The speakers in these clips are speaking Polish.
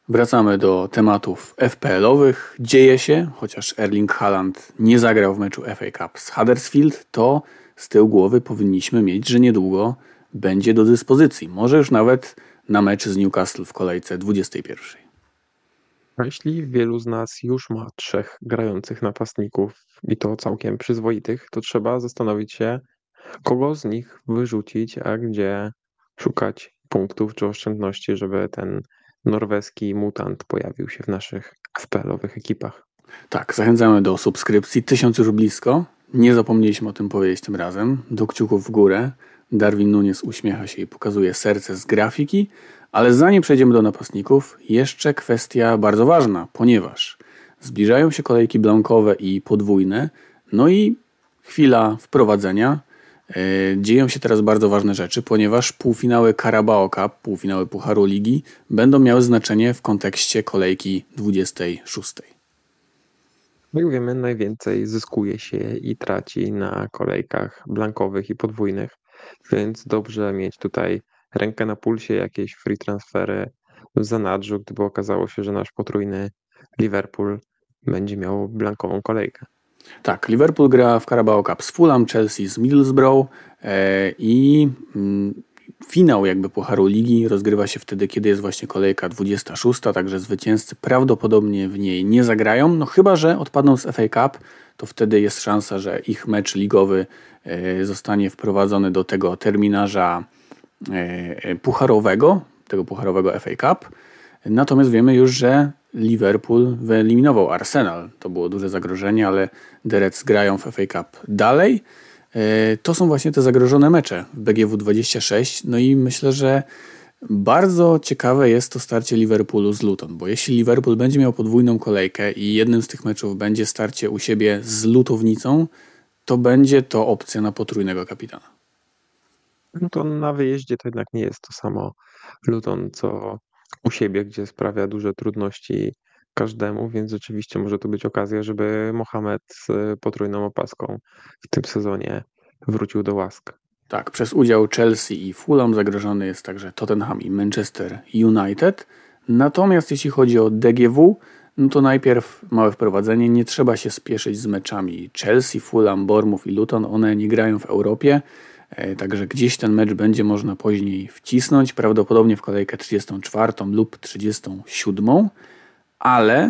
Wracamy do tematów FPL-owych. Dzieje się, chociaż Erling Haaland nie zagrał w meczu FA Cup z Huddersfield, to z tyłu głowy powinniśmy mieć, że niedługo będzie do dyspozycji. Może już nawet na mecz z Newcastle w kolejce 21. A jeśli wielu z nas już ma trzech grających napastników i to całkiem przyzwoitych, to trzeba zastanowić się, kogo z nich wyrzucić, a gdzie szukać punktów czy oszczędności, żeby ten norweski mutant pojawił się w naszych FPL-owych ekipach. Tak, zachęcamy do subskrypcji. 1000 już blisko. Nie zapomnieliśmy o tym powiedzieć tym razem. Do kciuków w górę. Darwin Núñez uśmiecha się i pokazuje serce z grafiki. Ale zanim przejdziemy do napastników, jeszcze kwestia bardzo ważna, ponieważ zbliżają się kolejki blankowe i podwójne. No i chwila wprowadzenia. Dzieją się teraz bardzo ważne rzeczy, ponieważ półfinały Carabao Cup, półfinały Pucharu Ligi będą miały znaczenie w kontekście kolejki 26. Jak wiemy, najwięcej zyskuje się i traci na kolejkach blankowych i podwójnych, więc dobrze mieć tutaj rękę na pulsie, jakieś free transfery w zanadrzu, gdyby okazało się, że nasz potrójny Liverpool będzie miał blankową kolejkę. Tak, Liverpool gra w Carabao Cup z Fulham, Chelsea z Middlesbrough i finał jakby Pucharu Ligi rozgrywa się wtedy, kiedy jest właśnie kolejka 26, także zwycięzcy prawdopodobnie w niej nie zagrają, no chyba że odpadną z FA Cup, to wtedy jest szansa, że ich mecz ligowy zostanie wprowadzony do tego terminarza pucharowego, tego pucharowego FA Cup. Natomiast wiemy już, że Liverpool wyeliminował Arsenal. To było duże zagrożenie, ale The Reds grają w FA Cup dalej. To są właśnie te zagrożone mecze w BGW 26. No i myślę, że bardzo ciekawe jest to starcie Liverpoolu z Luton, bo jeśli Liverpool będzie miał podwójną kolejkę i jednym z tych meczów będzie starcie u siebie z Lutownicą, to będzie to opcja na potrójnego kapitana. No to na wyjeździe to jednak nie jest to samo Luton, co u siebie, gdzie sprawia duże trudności każdemu, więc rzeczywiście może to być okazja, żeby Mohamed z potrójną opaską w tym sezonie wrócił do łask. Tak, przez udział Chelsea i Fulham zagrożony jest także Tottenham i Manchester United. Natomiast jeśli chodzi o DGW, no to najpierw małe wprowadzenie. Nie trzeba się spieszyć z meczami Chelsea, Fulham, Bournemouth i Luton. One nie grają w Europie, także gdzieś ten mecz będzie można później wcisnąć, prawdopodobnie w kolejkę 34 lub 37. Ale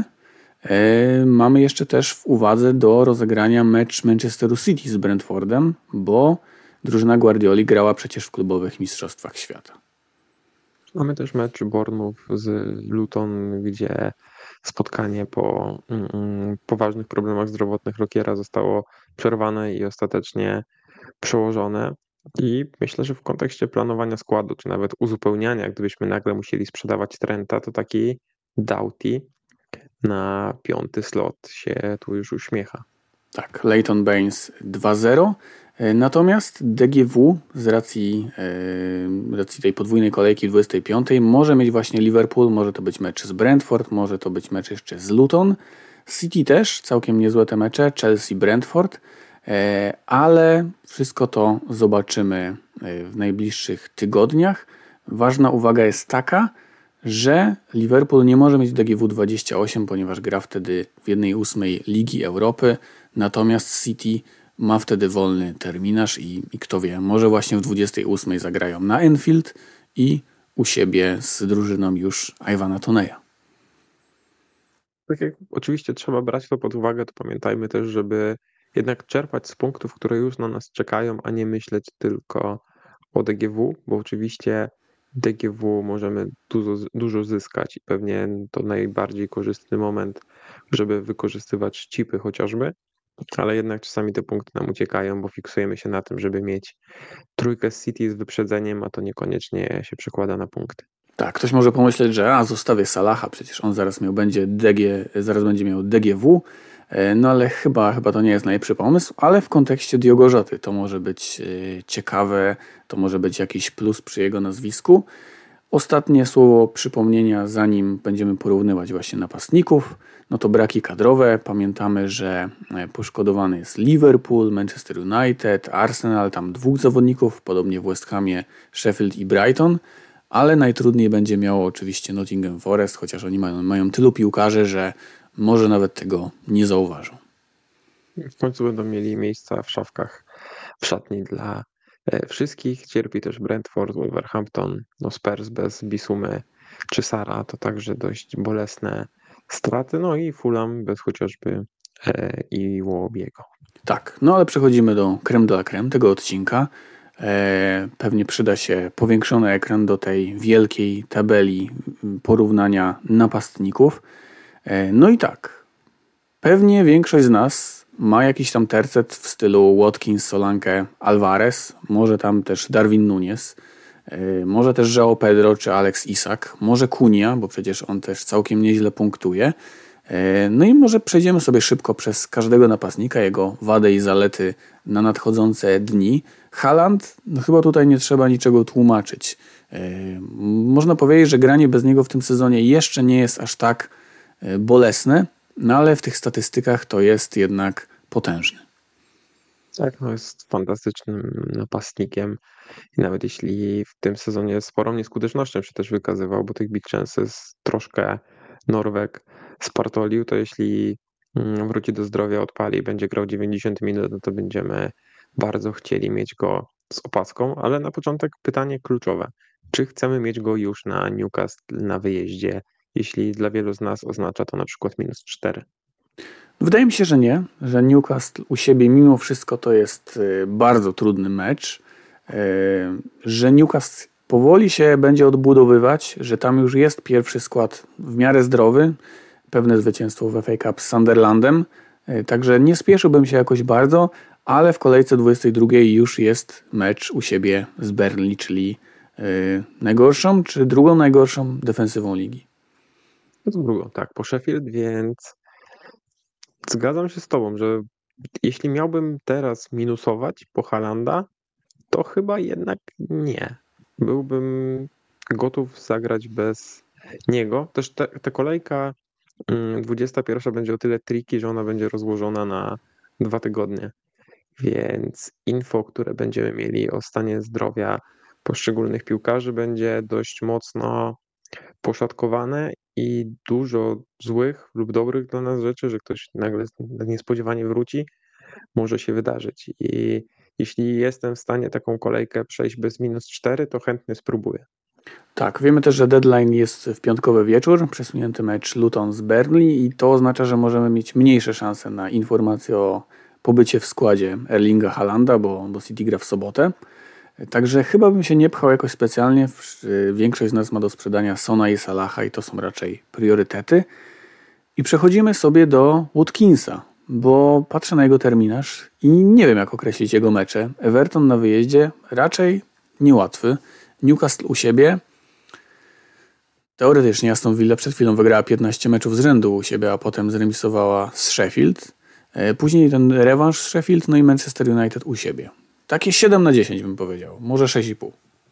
mamy jeszcze też w uwadze do rozegrania mecz Manchesteru City z Brentfordem, bo drużyna Guardioli grała przecież w klubowych mistrzostwach świata. Mamy też mecz Bournemouth z Luton, gdzie spotkanie po poważnych problemach zdrowotnych Lockiera zostało przerwane i ostatecznie przełożone. I myślę, że w kontekście planowania składu, czy nawet uzupełniania, gdybyśmy nagle musieli sprzedawać Trenta, to taki Doughty na 5. slot się tu już uśmiecha. Tak, Leighton Baines 2-0. Natomiast DGW z racji tej podwójnej kolejki 25 może mieć właśnie Liverpool, może to być mecz z Brentford, może to być mecz jeszcze z Luton. City też, całkiem niezłe te mecze, Chelsea, Brentford, ale wszystko to zobaczymy w najbliższych tygodniach. Ważna uwaga jest taka, że Liverpool nie może mieć DGW 28, ponieważ gra wtedy w 1/8 Ligi Europy, natomiast City ma wtedy wolny terminarz i kto wie, może właśnie w 28 zagrają na Anfield i u siebie z drużyną już Ivana Toneya. Tak jak oczywiście trzeba brać to pod uwagę, to pamiętajmy też, żeby jednak czerpać z punktów, które już na nas czekają, a nie myśleć tylko o DGW, bo oczywiście DGW możemy dużo zyskać i pewnie to najbardziej korzystny moment, żeby wykorzystywać chipy chociażby, ale jednak czasami te punkty nam uciekają, bo fiksujemy się na tym, żeby mieć trójkę z City z wyprzedzeniem, a to niekoniecznie się przekłada na punkty. Tak, ktoś może pomyśleć, że zostawię Salaha, przecież on zaraz będzie miał DGW, no ale chyba to nie jest najlepszy pomysł, ale w kontekście Diogo Joty to może być ciekawe, to może być jakiś plus przy jego nazwisku. Ostatnie słowo przypomnienia, zanim będziemy porównywać właśnie napastników, no to braki kadrowe. Pamiętamy, że poszkodowany jest Liverpool, Manchester United, Arsenal, tam 2 zawodników, podobnie w West Hamie, Sheffield i Brighton, ale najtrudniej będzie miało oczywiście Nottingham Forest, chociaż oni mają tylu piłkarzy, że może nawet tego nie zauważą. W końcu będą mieli miejsca w szafkach w szatni dla wszystkich. Cierpi też Brentford, Wolverhampton, no Spurs bez Bisumy czy Sara, to także dość bolesne straty. No i Fulham bez chociażby Iwobiego. Tak, no ale przechodzimy do creme de la creme tego odcinka. Pewnie przyda się powiększony ekran do tej wielkiej tabeli porównania napastników. No i tak, pewnie większość z nas ma jakiś tam tercet w stylu Watkins, Solanke, Alvarez, może tam też Darwin Núñez, może też João Pedro czy Alex Isak, może Cunha, bo przecież on też całkiem nieźle punktuje. No i może przejdziemy sobie szybko przez każdego napastnika, jego wady i zalety na nadchodzące dni. Haaland, no chyba tutaj nie trzeba niczego tłumaczyć. Można powiedzieć, że granie bez niego w tym sezonie jeszcze nie jest aż tak bolesne, no ale w tych statystykach to jest jednak potężny. Tak, no jest fantastycznym napastnikiem i nawet jeśli w tym sezonie sporą nieskutecznością się też wykazywał, bo tych big chances troszkę Norweg spartolił, to jeśli wróci do zdrowia, odpali i będzie grał 90 minut, no to będziemy bardzo chcieli mieć go z opaską, ale na początek pytanie kluczowe. Czy chcemy mieć go już na Newcastle na wyjeździe, jeśli dla wielu z nas oznacza to na przykład -4? Wydaje mi się, że nie, że Newcastle u siebie mimo wszystko to jest bardzo trudny mecz, że Newcastle powoli się będzie odbudowywać, że tam już jest pierwszy skład w miarę zdrowy, pewne zwycięstwo w FA Cup z Sunderlandem, także nie spieszyłbym się jakoś bardzo, ale w kolejce 22 już jest mecz u siebie z Burnley, czyli najgorszą czy drugą najgorszą defensywą ligi. No to drugą, tak, po Sheffield, więc zgadzam się z tobą, że jeśli miałbym teraz minusować po Haalanda, to chyba jednak nie. Byłbym gotów zagrać bez niego. Też ta kolejka 21 będzie o tyle tricky, że ona będzie rozłożona na 2 tygodnie. Więc info, które będziemy mieli o stanie zdrowia poszczególnych piłkarzy, będzie dość mocno poszatkowane i dużo złych lub dobrych dla nas rzeczy, że ktoś nagle niespodziewanie wróci, może się wydarzyć. I jeśli jestem w stanie taką kolejkę przejść bez -4, to chętnie spróbuję. Tak, wiemy też, że deadline jest w piątkowy wieczór, przesunięty mecz Luton z Burnley i to oznacza, że możemy mieć mniejsze szanse na informację o pobycie w składzie Erlinga Haalanda, bo City gra w sobotę. Także chyba bym się nie pchał jakoś specjalnie. Większość z nas ma do sprzedania Sona i Salaha i to są raczej priorytety. I przechodzimy sobie do Watkinsa, bo patrzę na jego terminarz i nie wiem jak określić jego mecze. Everton na wyjeździe raczej niełatwy. Newcastle u siebie. Teoretycznie Aston Villa przed chwilą wygrała 15 meczów z rzędu u siebie, a potem zremisowała z Sheffield. Później ten rewanż z Sheffield, no i Manchester United u siebie. Takie 7/10 bym powiedział, może 6,5.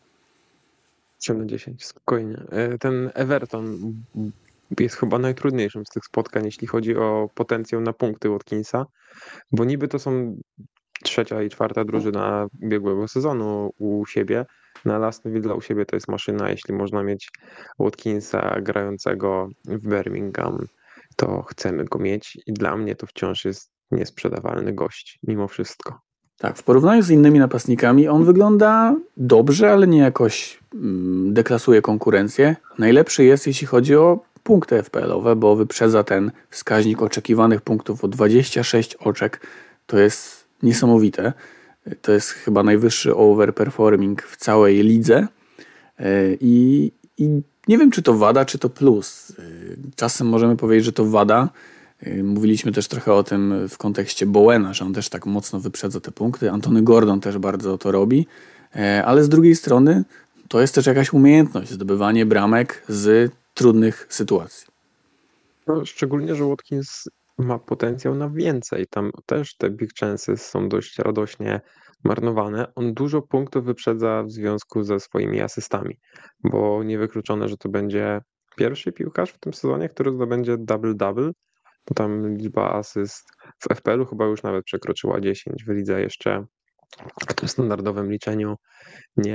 7/10, spokojnie. Ten Everton jest chyba najtrudniejszym z tych spotkań, jeśli chodzi o potencjał na punkty Watkinsa, bo niby to są trzecia i czwarta drużyna ubiegłego sezonu u siebie. Na Aston Villa u siebie to jest maszyna. Jeśli można mieć Watkinsa grającego w Birmingham, to chcemy go mieć i dla mnie to wciąż jest niesprzedawalny gość, mimo wszystko. Tak, w porównaniu z innymi napastnikami on wygląda dobrze, ale nie jakoś deklasuje konkurencję. Najlepszy jest, jeśli chodzi o punkty FPL-owe, bo wyprzedza ten wskaźnik oczekiwanych punktów o 26 oczek. To jest niesamowite. To jest chyba najwyższy overperforming w całej lidze. I nie wiem, czy to wada, czy to plus. Czasem możemy powiedzieć, że to wada. Mówiliśmy też trochę o tym w kontekście Bowena, że on też tak mocno wyprzedza te punkty. Antony Gordon też bardzo to robi. Ale z drugiej strony to jest też jakaś umiejętność, zdobywanie bramek z trudnych sytuacji. No, szczególnie, że Watkins ma potencjał na więcej. Tam też te big chances są dość radośnie marnowane. On dużo punktów wyprzedza w związku ze swoimi asystami, bo niewykluczone, że to będzie pierwszy piłkarz w tym sezonie, który zdobędzie double-double, bo tam liczba asyst w FPL-u chyba już nawet przekroczyła 10, w lidze jeszcze w tym standardowym liczeniu nie.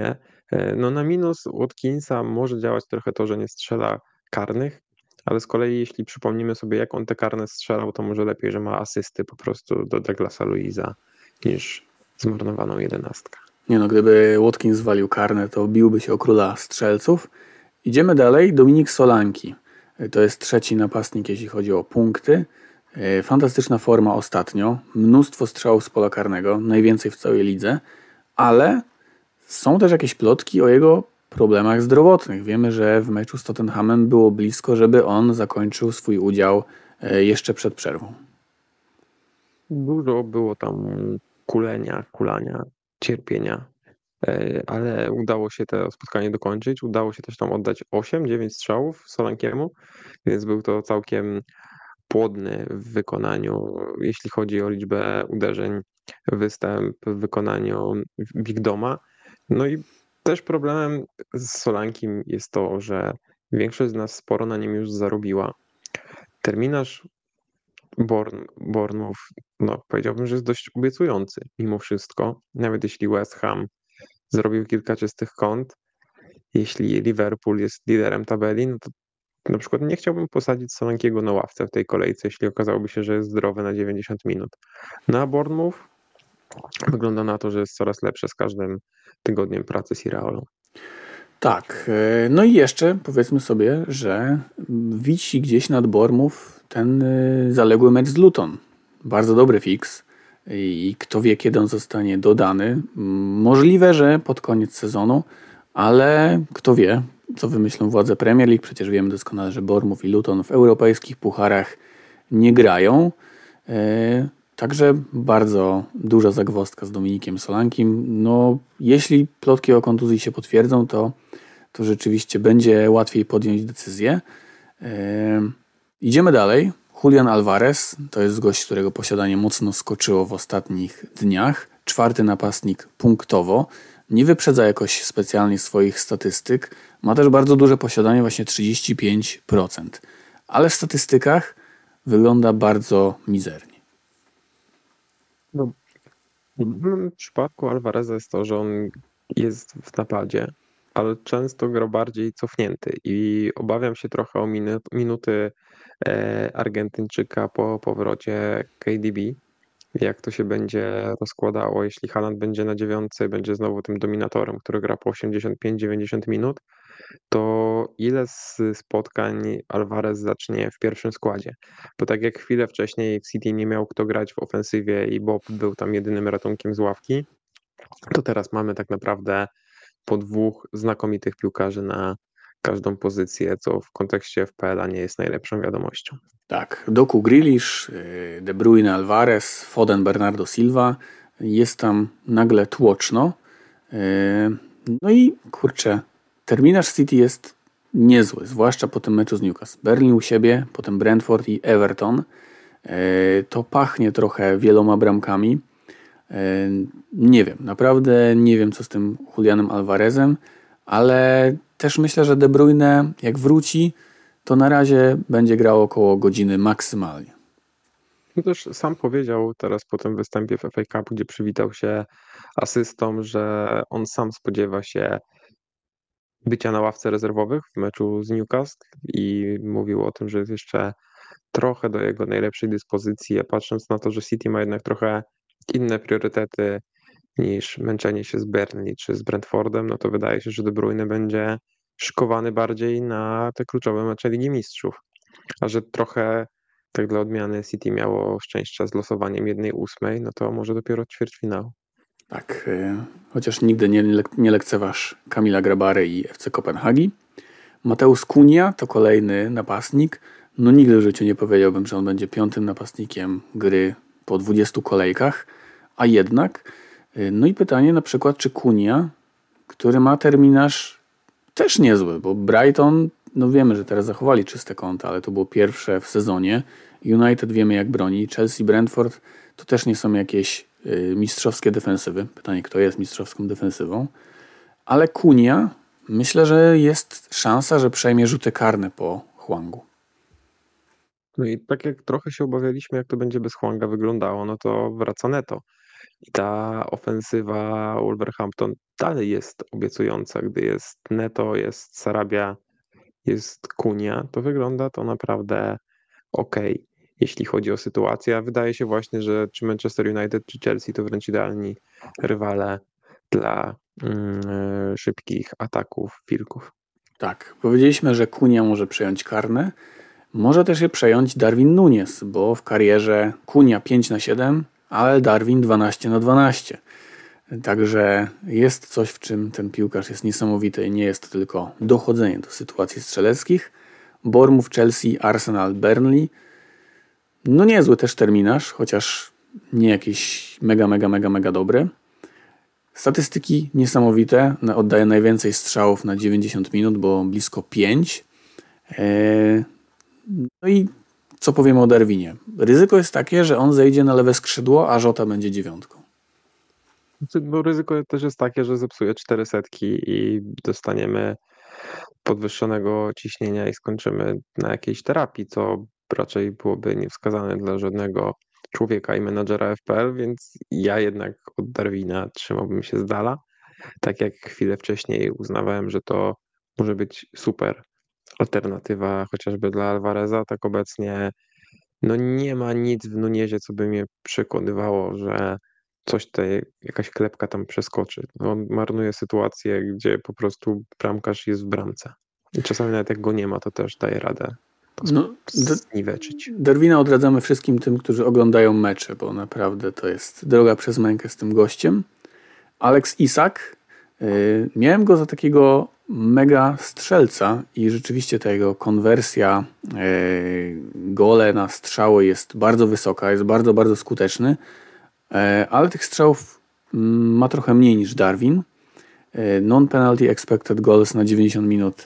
No na minus Watkinsa może działać trochę to, że nie strzela karnych, ale z kolei jeśli przypomnimy sobie, jak on te karne strzelał, to może lepiej, że ma asysty po prostu do Douglasa Luiza niż zmarnowaną 11. Nie no, gdyby Watkins walił karne, to biłby się o króla strzelców. Idziemy dalej. Dominik Solanki. To jest trzeci napastnik, jeśli chodzi o punkty. Fantastyczna forma ostatnio. Mnóstwo strzałów z pola karnego. Najwięcej w całej lidze. Ale są też jakieś plotki o jego problemach zdrowotnych. Wiemy, że w meczu z Tottenhamem było blisko, żeby on zakończył swój udział jeszcze przed przerwą. Dużo było tam kulania, cierpienia, ale udało się to spotkanie dokończyć. Udało się też tam oddać 8-9 strzałów Solankiemu, więc był to całkiem płodny w wykonaniu, jeśli chodzi o liczbę uderzeń, występ w wykonaniu Big Doma. No i też problemem z Solankim jest to, że większość z nas sporo na nim już zarobiła. Terminarz Bournemouth, no powiedziałbym, że jest dość obiecujący mimo wszystko. Nawet jeśli West Ham zrobił kilka czystych kąt, jeśli Liverpool jest liderem tabeli, no to na przykład nie chciałbym posadzić Solankiego na ławce w tej kolejce, jeśli okazałoby się, że jest zdrowy na 90 minut. Na Bournemouth wygląda na to, że jest coraz lepsze z każdym tygodniem pracy z Iraolą. Tak, no i jeszcze powiedzmy sobie, że wisi gdzieś nad Bournemouth ten zaległy mecz z Luton. Bardzo dobry fix i kto wie, kiedy on zostanie dodany. Możliwe, że pod koniec sezonu, ale kto wie, co wymyślą władze Premier League. Przecież wiemy doskonale, że Bournemouth i Luton w europejskich pucharach nie grają. Także bardzo duża zagwozdka z Dominikiem Solankim. No, jeśli plotki o kontuzji się potwierdzą, to rzeczywiście będzie łatwiej podjąć decyzję. Idziemy dalej. Julian Alvarez to jest gość, którego posiadanie mocno skoczyło w ostatnich dniach. Czwarty napastnik punktowo. Nie wyprzedza jakoś specjalnie swoich statystyk. Ma też bardzo duże posiadanie, właśnie 35%. Ale w statystykach wygląda bardzo mizernie. No, w przypadku Alvareza jest to, że on jest w napadzie, ale często gra bardziej cofnięty i obawiam się trochę o minuty Argentyńczyka po powrocie KDB, jak to się będzie rozkładało, jeśli Haaland będzie na dziewiątce, będzie znowu tym dominatorem, który gra po 85-90 minut, to ile z spotkań Alvarez zacznie w pierwszym składzie? Bo tak jak chwilę wcześniej w City nie miał kto grać w ofensywie i Bob był tam jedynym ratunkiem z ławki, to teraz mamy tak naprawdę po dwóch znakomitych piłkarzy na każdą pozycję, co w kontekście FPL-a nie jest najlepszą wiadomością. Tak, Doku Grealish, De Bruyne, Alvarez, Foden, Bernardo Silva. Jest tam nagle tłoczno. No i kurczę, terminarz City jest niezły, zwłaszcza po tym meczu z Newcastle. Berlin u siebie, potem Brentford i Everton. To pachnie trochę wieloma bramkami. Nie wiem, naprawdę nie wiem, co z tym Julianem Alvarezem, ale też myślę, że De Bruyne jak wróci, to na razie będzie grał około godziny maksymalnie. No też sam powiedział teraz po tym występie w FA Cup, gdzie przywitał się asystą, że on sam spodziewa się bycia na ławce rezerwowych w meczu z Newcastle i mówił o tym, że jest jeszcze trochę do jego najlepszej dyspozycji, a patrząc na to, że City ma jednak trochę inne priorytety niż męczenie się z Burnley czy z Brentfordem, no to wydaje się, że De Bruyne będzie szykowany bardziej na te kluczowe mecze Ligi Mistrzów. A że trochę tak dla odmiany City miało szczęścia z losowaniem 1/8, no to może dopiero ćwierćfinał. Tak, chociaż nigdy nie lekceważ Kamila Grabary i FC Kopenhagi. Mateusz Cunha to kolejny napastnik. No nigdy w życiu nie powiedziałbym, że on będzie piątym napastnikiem gry po 20 kolejkach, a jednak. No i pytanie na przykład, czy Cunha, który ma terminarz też niezły, bo Brighton, no wiemy, że teraz zachowali czyste konta, ale to było pierwsze w sezonie. United wiemy jak broni, Chelsea, Brentford to też nie są jakieś mistrzowskie defensywy. Pytanie, kto jest mistrzowską defensywą. Ale Cunha, myślę, że jest szansa, że przejmie rzuty karne po Hwangu. No i tak jak trochę się obawialiśmy, jak to będzie bez Hwanga wyglądało, no to wraca Neto. I ta ofensywa Wolverhampton dalej jest obiecująca, gdy jest Neto, jest Sarabia, jest Kunia, to wygląda to naprawdę okej, jeśli chodzi o sytuację. A wydaje się właśnie, że czy Manchester United, czy Chelsea to wręcz idealni rywale dla szybkich ataków wilków. Tak, powiedzieliśmy, że Kunia może przejąć karne. Może też je przejąć Darwin Núñez, bo w karierze Kunia 5/7, ale Darwin 12/12. Także jest coś, w czym ten piłkarz jest niesamowity i nie jest to tylko dochodzenie do sytuacji strzeleckich. Bournemouth, Chelsea, Arsenal, Burnley. No niezły też terminarz, chociaż nie jakiś mega dobry. Statystyki niesamowite. Oddaje najwięcej strzałów na 90 minut, bo blisko 5. No i co powiemy o Darwinie? Ryzyko jest takie, że on zejdzie na lewe skrzydło, a Jota będzie 9. Bo ryzyko też jest takie, że zepsuje 400 i dostaniemy podwyższonego ciśnienia i skończymy na jakiejś terapii, co raczej byłoby niewskazane dla żadnego człowieka i menadżera FPL, więc ja jednak od Darwina trzymałbym się z dala. Tak jak chwilę wcześniej uznawałem, że to może być super alternatywa chociażby dla Alvareza, tak obecnie no nie ma nic w Nuniezie, co by mnie przekonywało, że jakaś klepka tam przeskoczy. On marnuje sytuację, gdzie po prostu bramkarz jest w bramce. I czasami nawet jak go nie ma, to też daje radę to zniweczyć. Darwina odradzamy wszystkim tym, którzy oglądają mecze, bo naprawdę to jest droga przez mękę z tym gościem. Alex Isak. Miałem go za takiego mega strzelca i rzeczywiście ta jego konwersja gole na strzały jest bardzo wysoka, jest bardzo skuteczny, ale tych strzałów ma trochę mniej niż Darwin. Non-penalty expected goals na 90 minut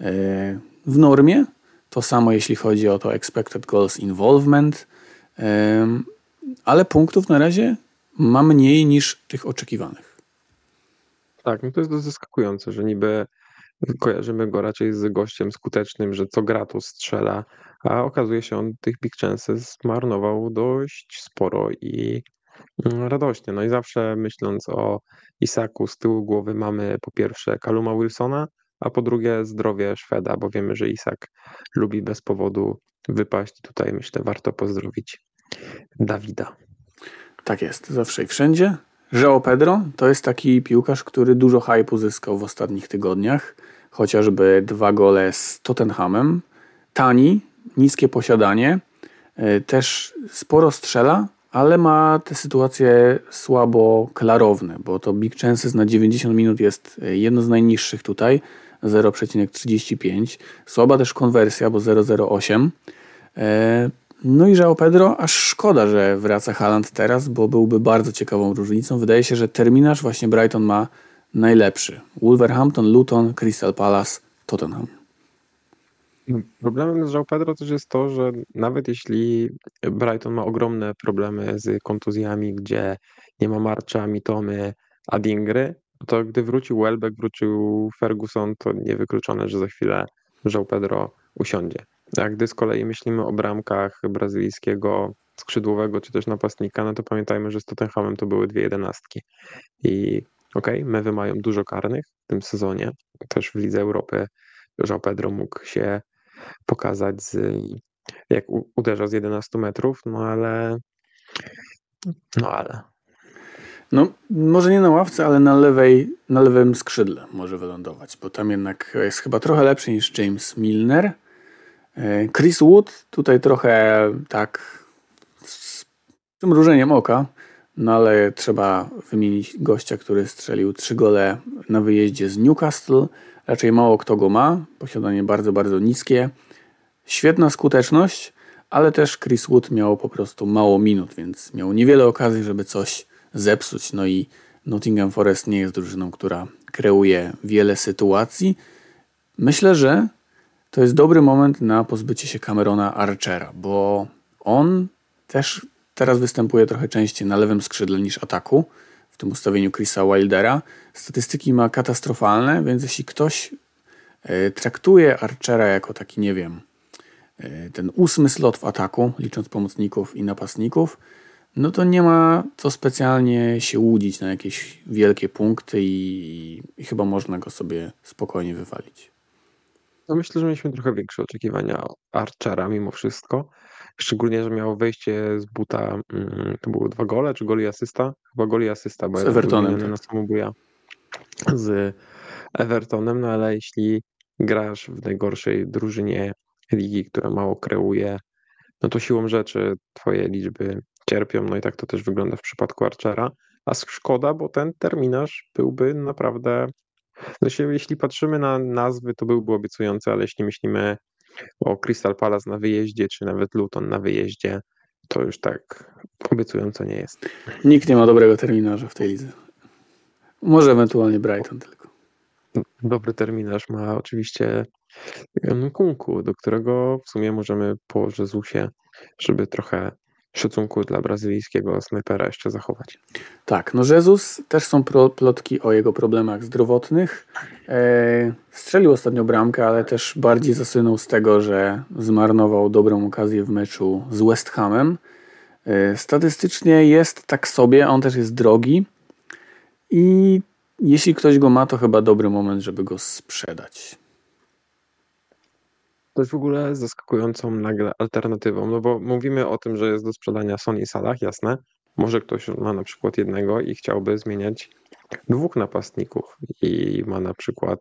w normie. To samo jeśli chodzi o to expected goals involvement, ale punktów na razie ma mniej niż tych oczekiwanych. Tak, no to jest dość zaskakujące, że niby kojarzymy go raczej z gościem skutecznym, że co gra to strzela, a okazuje się, on tych big chances zmarnował dość sporo i radośnie. No i zawsze myśląc o Isaku z tyłu głowy mamy po pierwsze Calluma Wilsona, a po drugie zdrowie Szweda, bo wiemy, że Isak lubi bez powodu wypaść. Tutaj myślę warto pozdrowić Dawida. Tak jest, zawsze i wszędzie. João Pedro to jest taki piłkarz, który dużo hype uzyskał w ostatnich tygodniach. Chociażby 2 gole z Tottenhamem. Tani, niskie posiadanie. Też sporo strzela, ale ma te sytuacje słabo klarowne, bo to big chances na 90 minut jest jedno z najniższych tutaj. 0,35. Słaba też konwersja, bo 0,08. No i João Pedro, aż szkoda, że wraca Haaland teraz, bo byłby bardzo ciekawą różnicą. Wydaje się, że terminarz właśnie Brighton ma najlepszy. Wolverhampton, Luton, Crystal Palace, Tottenham. Problemem z João Pedro też jest to, że nawet jeśli Brighton ma ogromne problemy z kontuzjami, gdzie nie ma Marcha, Mitomy, Adingry, to gdy wrócił Welbeck, wrócił Ferguson, to niewykluczone, że za chwilę João Pedro usiądzie. A gdy z kolei myślimy o bramkach brazylijskiego skrzydłowego czy też napastnika, no to pamiętajmy, że z Tottenhamem to były 2 jedenastki. I Mewy mają dużo karnych w tym sezonie. Też w Lidze Europy João Pedro mógł się pokazać, jak uderza z 11 metrów, no ale. No, może nie na ławce, ale na lewym skrzydle może wylądować, bo tam jednak jest chyba trochę lepszy niż James Milner. Chris Wood tutaj trochę tak z przymrużeniem oka, no ale trzeba wymienić gościa, który strzelił 3 gole na wyjeździe z Newcastle. Raczej mało kto go ma, posiadanie bardzo niskie. Świetna skuteczność, ale też Chris Wood miał po prostu mało minut, więc miał niewiele okazji, żeby coś zepsuć. No i Nottingham Forest nie jest drużyną, która kreuje wiele sytuacji. Myślę, że to jest dobry moment na pozbycie się Camerona Archera, bo on też teraz występuje trochę częściej na lewym skrzydle niż ataku, w tym ustawieniu Chrisa Wildera. Statystyki ma katastrofalne, więc jeśli ktoś traktuje Archera jako taki, nie wiem, ten 8. slot w ataku, licząc pomocników i napastników, no to nie ma co specjalnie się łudzić na jakieś wielkie punkty i chyba można go sobie spokojnie wywalić. No myślę, że mieliśmy trochę większe oczekiwania od Archera mimo wszystko. Szczególnie, że miał wejście z buta, to były 2 gole, czy gol i asysta? Chyba gol i asysta, bo Z jeden był Evertonem, zmieniony tak. na samobuja z Evertonem, no ale jeśli grasz w najgorszej drużynie ligi, która mało kreuje, no to siłą rzeczy twoje liczby cierpią, no i tak to też wygląda w przypadku Archera. A szkoda, bo ten terminarz byłby naprawdę, znaczy, jeśli patrzymy na nazwy, to byłby obiecujący, ale jeśli myślimy o Crystal Palace na wyjeździe, czy nawet Luton na wyjeździe, to już tak obiecująco nie jest. Nikt nie ma dobrego terminarza w tej lidze. Może ewentualnie Brighton tylko. Dobry terminarz ma oczywiście Nkunku, do którego w sumie możemy po Jezusie, żeby trochę szacunku dla brazylijskiego snajpera jeszcze zachować. Tak, no Jesus, też są plotki o jego problemach zdrowotnych. Strzelił ostatnio bramkę, ale też bardziej zasłynął z tego, że zmarnował dobrą okazję w meczu z West Hamem. Statystycznie jest tak sobie, on też jest drogi i jeśli ktoś go ma, to chyba dobry moment, żeby go sprzedać. To jest w ogóle zaskakującą nagle alternatywą, no bo mówimy o tym, że jest do sprzedania Son i Salah, jasne. Może ktoś ma na przykład jednego i chciałby zmieniać 2 napastników i ma na przykład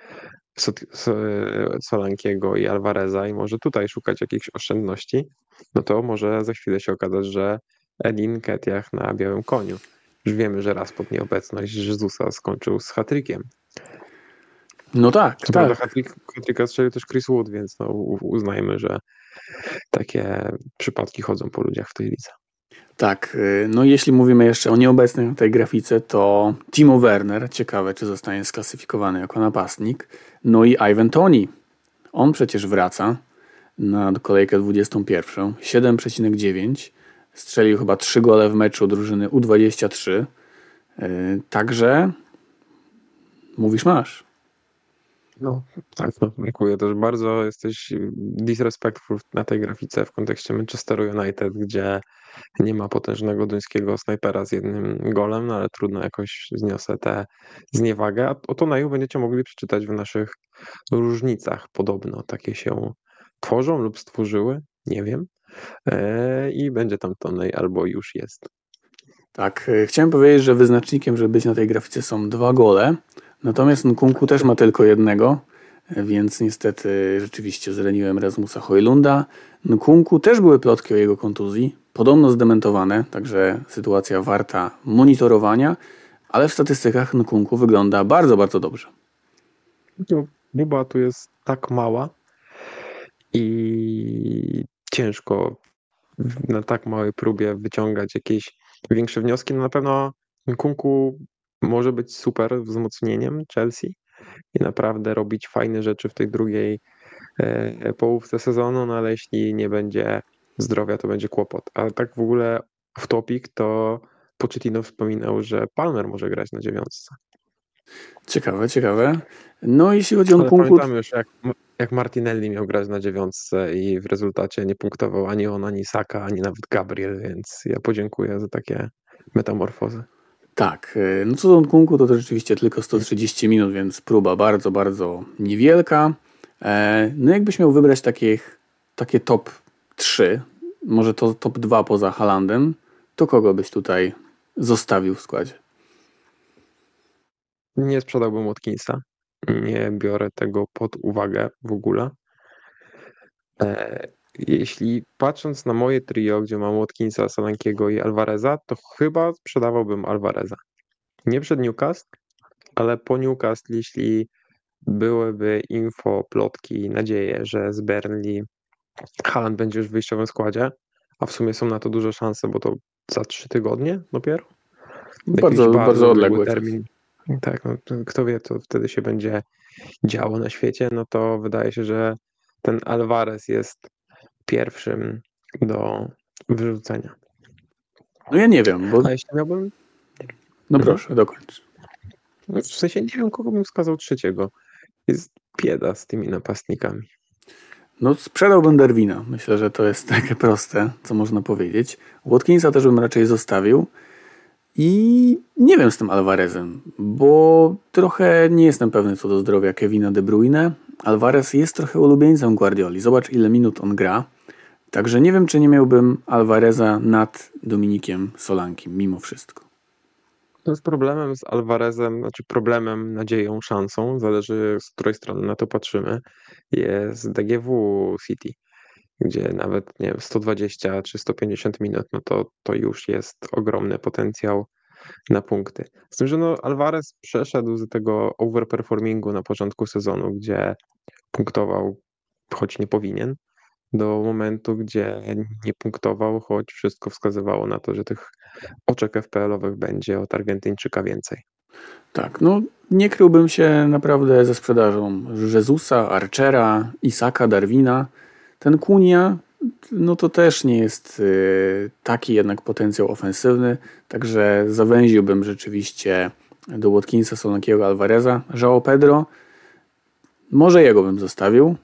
Solankiego i Alvareza i może tutaj szukać jakichś oszczędności, no to może za chwilę się okazać, że Edin Nketiah na białym koniu. Już wiemy, że raz pod nieobecność Jezusa skończył z hat-trickiem. No tak, Co tak. prawda hat-tricka strzelił też Chris Wood, więc no uznajmy, że takie przypadki chodzą po ludziach w tej lidze. Tak, no jeśli mówimy jeszcze o nieobecnej na tej grafice, to Timo Werner, ciekawe czy zostanie sklasyfikowany jako napastnik, no i Ivan Toney. On przecież wraca na kolejkę 21, 7,9, strzelił chyba 3 gole w meczu drużyny U23, także mówisz masz. No tak, no, dziękuję też bardzo. Jesteś disrespectful na tej grafice w kontekście Manchesteru United, gdzie nie ma potężnego duńskiego snajpera z 1 golem, no ale trudno, jakoś zniosę tę zniewagę. A o Toneju będziecie mogli przeczytać w naszych różnicach. Podobno takie się tworzą lub stworzyły, nie wiem. I będzie tam Tonej albo już jest. Tak, chciałem powiedzieć, że wyznacznikiem, żeby być na tej grafice są 2 gole, natomiast Nkunku też ma tylko 1, więc niestety rzeczywiście zraniłem Rasmusa Højlunda. Nkunku też były plotki o jego kontuzji, podobno zdementowane, także sytuacja warta monitorowania, ale w statystykach Nkunku wygląda bardzo, bardzo dobrze. No, Buba tu jest tak mała i ciężko na tak małej próbie wyciągać jakieś większe wnioski. No na pewno Nkunku może być super wzmocnieniem Chelsea i naprawdę robić fajne rzeczy w tej drugiej połówce sezonu, no ale jeśli nie będzie zdrowia, to będzie kłopot. Ale tak w ogóle w topic to Pochettino wspominał, że Palmer może grać na 9. Ciekawe, ciekawe. No jeśli chodzi o Ale Nkunku, pamiętamy już, jak Martinelli miał grać na 9 i w rezultacie nie punktował ani on, ani Saka, ani nawet Gabriel, więc ja podziękuję za takie metamorfozy. tak, no co do Nkunku, to rzeczywiście tylko 130 minut, więc próba bardzo, bardzo niewielka. No jakbyś miał wybrać takie top 3, może to top 2 poza Haalandem, to kogo byś tutaj zostawił w składzie? Nie sprzedałbym Watkinsa, nie biorę tego pod uwagę w ogóle. Jeśli patrząc na moje trio, gdzie mam Watkinsa, Solankiego i Alvareza, to chyba sprzedawałbym Alvareza. Nie przed Newcastle, ale po Newcastle, jeśli byłyby info, plotki i nadzieje, że z Burnley Haaland będzie już w wyjściowym składzie, a w sumie są na to duże szanse, bo to za 3 tygodnie dopiero. Jakiś Bardzo, bardzo bardzo odległy odległy czas. termin. Tak, no, kto wie, co wtedy się będzie działo na świecie, no to wydaje się, że ten Alvarez jest pierwszym do wyrzucenia. No ja nie wiem, bo... A jeśli miałbym... No Mhm. proszę, dokończ. No, w sensie nie wiem, kogo bym wskazał trzeciego. Jest bieda z tymi napastnikami. No sprzedałbym Darwina. Myślę, że to jest takie proste, co można powiedzieć. Watkinsa też bym raczej zostawił. I nie wiem z tym Alvarezem, bo trochę nie jestem pewny co do zdrowia Kevina De Bruyne. Alvarez jest trochę ulubieńcem Guardioli. Zobacz, ile minut on gra. Także nie wiem, czy nie miałbym Alvareza nad Dominikiem Solankiem, mimo wszystko. To jest problemem z Alvarezem, znaczy problemem, nadzieją, szansą, zależy z której strony na to patrzymy, jest DGW City, gdzie nawet nie wiem, 120 czy 150 minut, no to już jest ogromny potencjał na punkty. Z tym, że no Alvarez przeszedł z tego overperformingu na początku sezonu, gdzie punktował, choć nie powinien, do momentu, gdzie nie punktował, choć wszystko wskazywało na to, że tych oczek FPL-owych będzie od Argentyńczyka więcej. Tak, no nie kryłbym się naprawdę ze sprzedażą Jezusa, Archera, Isaka, Darwina. Ten Cunha, no to też nie jest taki jednak potencjał ofensywny, także zawęziłbym rzeczywiście do Watkinsa, Solankiego, Alvareza. João Pedro, może jego bym zostawił,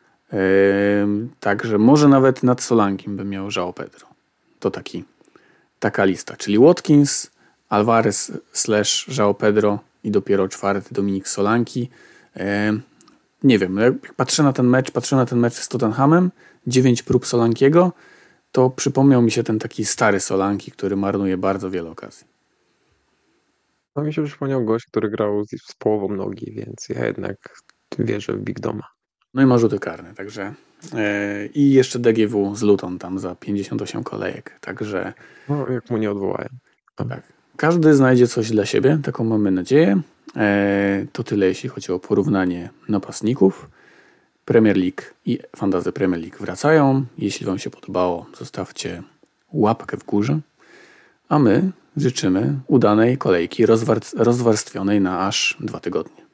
także może nawet nad Solankiem bym miał João Pedro. To taka lista, czyli Watkins, Alvarez / João Pedro i dopiero czwarty Dominik Solanki. Nie wiem, jak patrzę na ten mecz z Tottenhamem, 9 prób Solankiego, to przypomniał mi się ten taki stary Solanki, który marnuje bardzo wiele okazji. No mi się przypomniał gość, który grał z połową nogi, więc ja jednak wierzę w Big Doma. No i ma rzuty karne, także i jeszcze DGW z Luton tam za 58 kolejek, także No, jak mu nie odwołają. tak. Każdy znajdzie coś dla siebie, taką mamy nadzieję. To tyle, jeśli chodzi o porównanie napastników. Premier League i Fantasy Premier League wracają. Jeśli Wam się podobało, zostawcie łapkę w górze. A my życzymy udanej kolejki rozwarstwionej na aż 2 tygodnie.